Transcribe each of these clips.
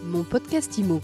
Mon podcast IMO.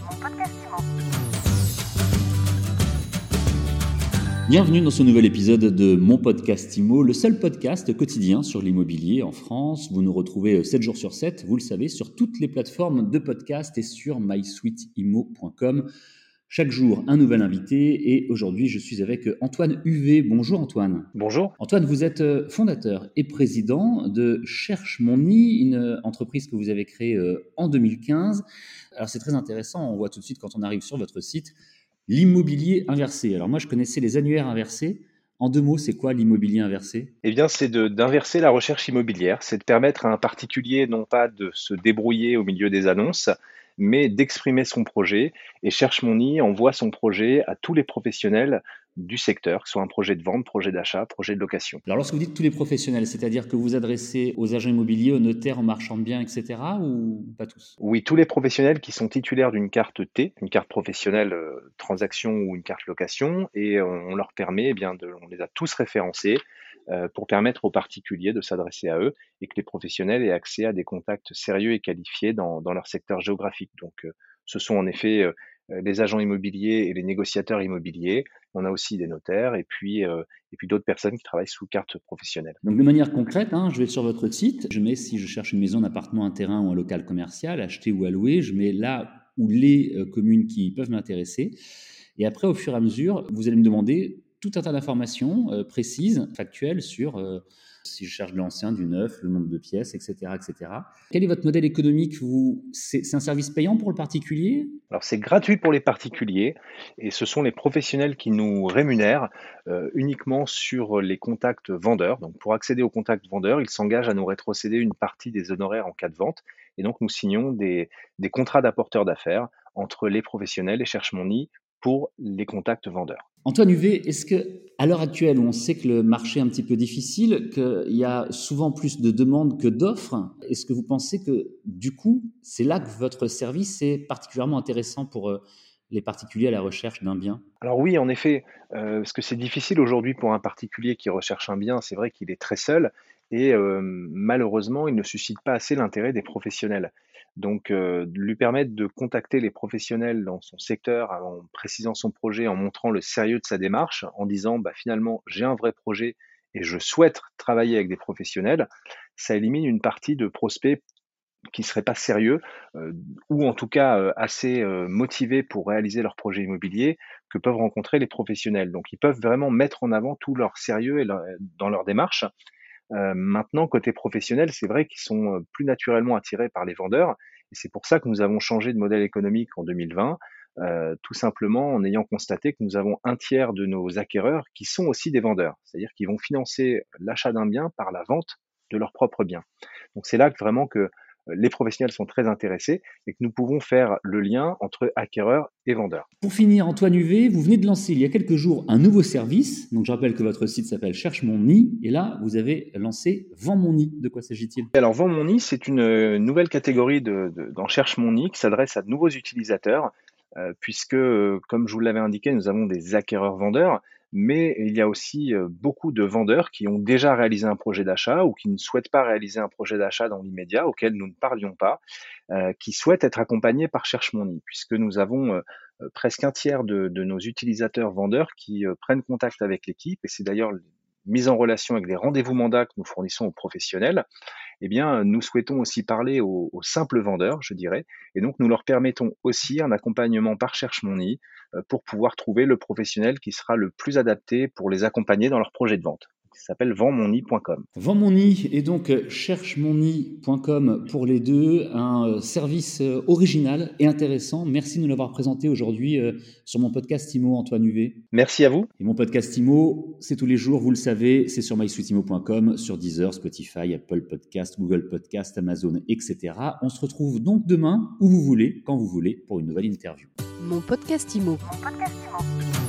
Bienvenue dans ce nouvel épisode de Mon podcast IMO, le seul podcast quotidien sur l'immobilier en France. Vous nous retrouvez 7 jours sur 7, vous le savez, sur toutes les plateformes de podcast et sur mysuiteimo.com. Chaque jour, un nouvel invité et aujourd'hui, je suis avec Antoine Huvet. Bonjour Antoine. Bonjour. Antoine, vous êtes fondateur et président de Cherche Mon Nid, une entreprise que vous avez créée en 2015. Alors c'est très intéressant, on voit tout de suite quand on arrive sur votre site l'immobilier inversé. Alors moi, je connaissais les annuaires inversés. En 2 mots, c'est quoi l'immobilier inversé ? Eh bien, c'est d'inverser la recherche immobilière, c'est de permettre à un particulier non pas de se débrouiller au milieu des annonces, mais d'exprimer son projet. Et Cherche Mon Nid envoie son projet à tous les professionnels du secteur, que ce soit un projet de vente, projet d'achat, projet de location. Alors lorsque vous dites tous les professionnels, c'est-à-dire que vous adressez aux agents immobiliers, aux notaires, aux marchands de biens, etc. ou pas tous ? Oui, tous les professionnels qui sont titulaires d'une carte T, une carte professionnelle transaction ou une carte location, et on leur permet, on les a tous référencés pour permettre aux particuliers de s'adresser à eux et que les professionnels aient accès à des contacts sérieux et qualifiés dans leur secteur géographique. Donc, ce sont en effet les agents immobiliers et les négociateurs immobiliers. On a aussi des notaires et puis d'autres personnes qui travaillent sous carte professionnelle. Donc de manière concrète, je vais sur votre site, je mets si je cherche une maison, un appartement, un terrain ou un local commercial, acheter ou à louer, je mets là où les communes qui peuvent m'intéresser. Et après, au fur et à mesure, vous allez me demander tout un tas d'informations précises, factuelles sur si je cherche de l'ancien, du neuf, le nombre de pièces, etc., etc. Quel est votre modèle économique ? C'est un service payant pour le particulier ? Alors c'est gratuit pour les particuliers et ce sont les professionnels qui nous rémunèrent uniquement sur les contacts vendeurs. Donc pour accéder aux contacts vendeurs, ils s'engagent à nous rétrocéder une partie des honoraires en cas de vente et donc nous signons des contrats d'apporteurs d'affaires entre les professionnels et Cherche Mon Nid pour les contacts vendeurs. Antoine Huvet, est-ce que, à l'heure actuelle, où on sait que le marché est un petit peu difficile, qu'il y a souvent plus de demandes que d'offres, est-ce que vous pensez que, du coup, c'est là que votre service est particulièrement intéressant pour les particuliers à la recherche d'un bien ? Alors oui, en effet, parce que c'est difficile aujourd'hui pour un particulier qui recherche un bien, c'est vrai qu'il est très seul et malheureusement, il ne suscite pas assez l'intérêt des professionnels. Donc lui permettre de contacter les professionnels dans son secteur en précisant son projet, en montrant le sérieux de sa démarche, en disant: «Finalement, j'ai un vrai projet et je souhaite travailler avec des professionnels», ça élimine une partie de prospects qui ne seraient pas sérieux, ou en tout cas, assez, motivés pour réaliser leur projet immobilier que peuvent rencontrer les professionnels. Donc ils peuvent vraiment mettre en avant tout leur sérieux et dans leur démarche. Maintenant côté professionnel, c'est vrai qu'ils sont, plus naturellement attirés par les vendeurs et c'est pour ça que nous avons changé de modèle économique en 2020, tout simplement en ayant constaté que nous avons un tiers de nos acquéreurs qui sont aussi des vendeurs. C'est-à-dire qu'ils vont financer l'achat d'un bien par la vente de leur propre bien. Donc c'est là que vraiment que les professionnels sont très intéressés et que nous pouvons faire le lien entre acquéreurs et vendeurs. Pour finir, Antoine Huvet, vous venez de lancer il y a quelques jours un nouveau service. Donc je rappelle que votre site s'appelle Cherche Mon Nid et là, vous avez lancé Vends Mon Nid. De quoi s'agit-il ? Alors Vends Mon Nid, c'est une nouvelle catégorie dans Cherche Mon Nid qui s'adresse à de nouveaux utilisateurs puisque, comme je vous l'avais indiqué, nous avons des acquéreurs-vendeurs, mais il y a aussi beaucoup de vendeurs qui ont déjà réalisé un projet d'achat ou qui ne souhaitent pas réaliser un projet d'achat dans l'immédiat, auquel nous ne parlions pas, qui souhaitent être accompagnés par Cherche Mon Nid, puisque nous avons presque un tiers de nos utilisateurs vendeurs qui prennent contact avec l'équipe, et c'est d'ailleurs mise en relation avec les rendez-vous mandats que nous fournissons aux professionnels. Eh bien, nous souhaitons aussi parler aux simples vendeurs, je dirais, et donc nous leur permettons aussi un accompagnement par Cherche Mon Nid pour pouvoir trouver le professionnel qui sera le plus adapté pour les accompagner dans leur projet de vente. Ça s'appelle vendmonnid.com. Vends Mon Nid et donc cherchemonnid.com pour les deux, un service original et intéressant. Merci de nous l'avoir présenté aujourd'hui sur mon podcast IMO, Antoine Huvet. Merci à vous. Et mon podcast IMO, c'est tous les jours, vous le savez, c'est sur mysuiteimo.com, sur Deezer, Spotify, Apple Podcast, Google Podcast, Amazon, etc. On se retrouve donc demain, où vous voulez, quand vous voulez, pour une nouvelle interview. Mon podcast IMO. Mon podcast IMO.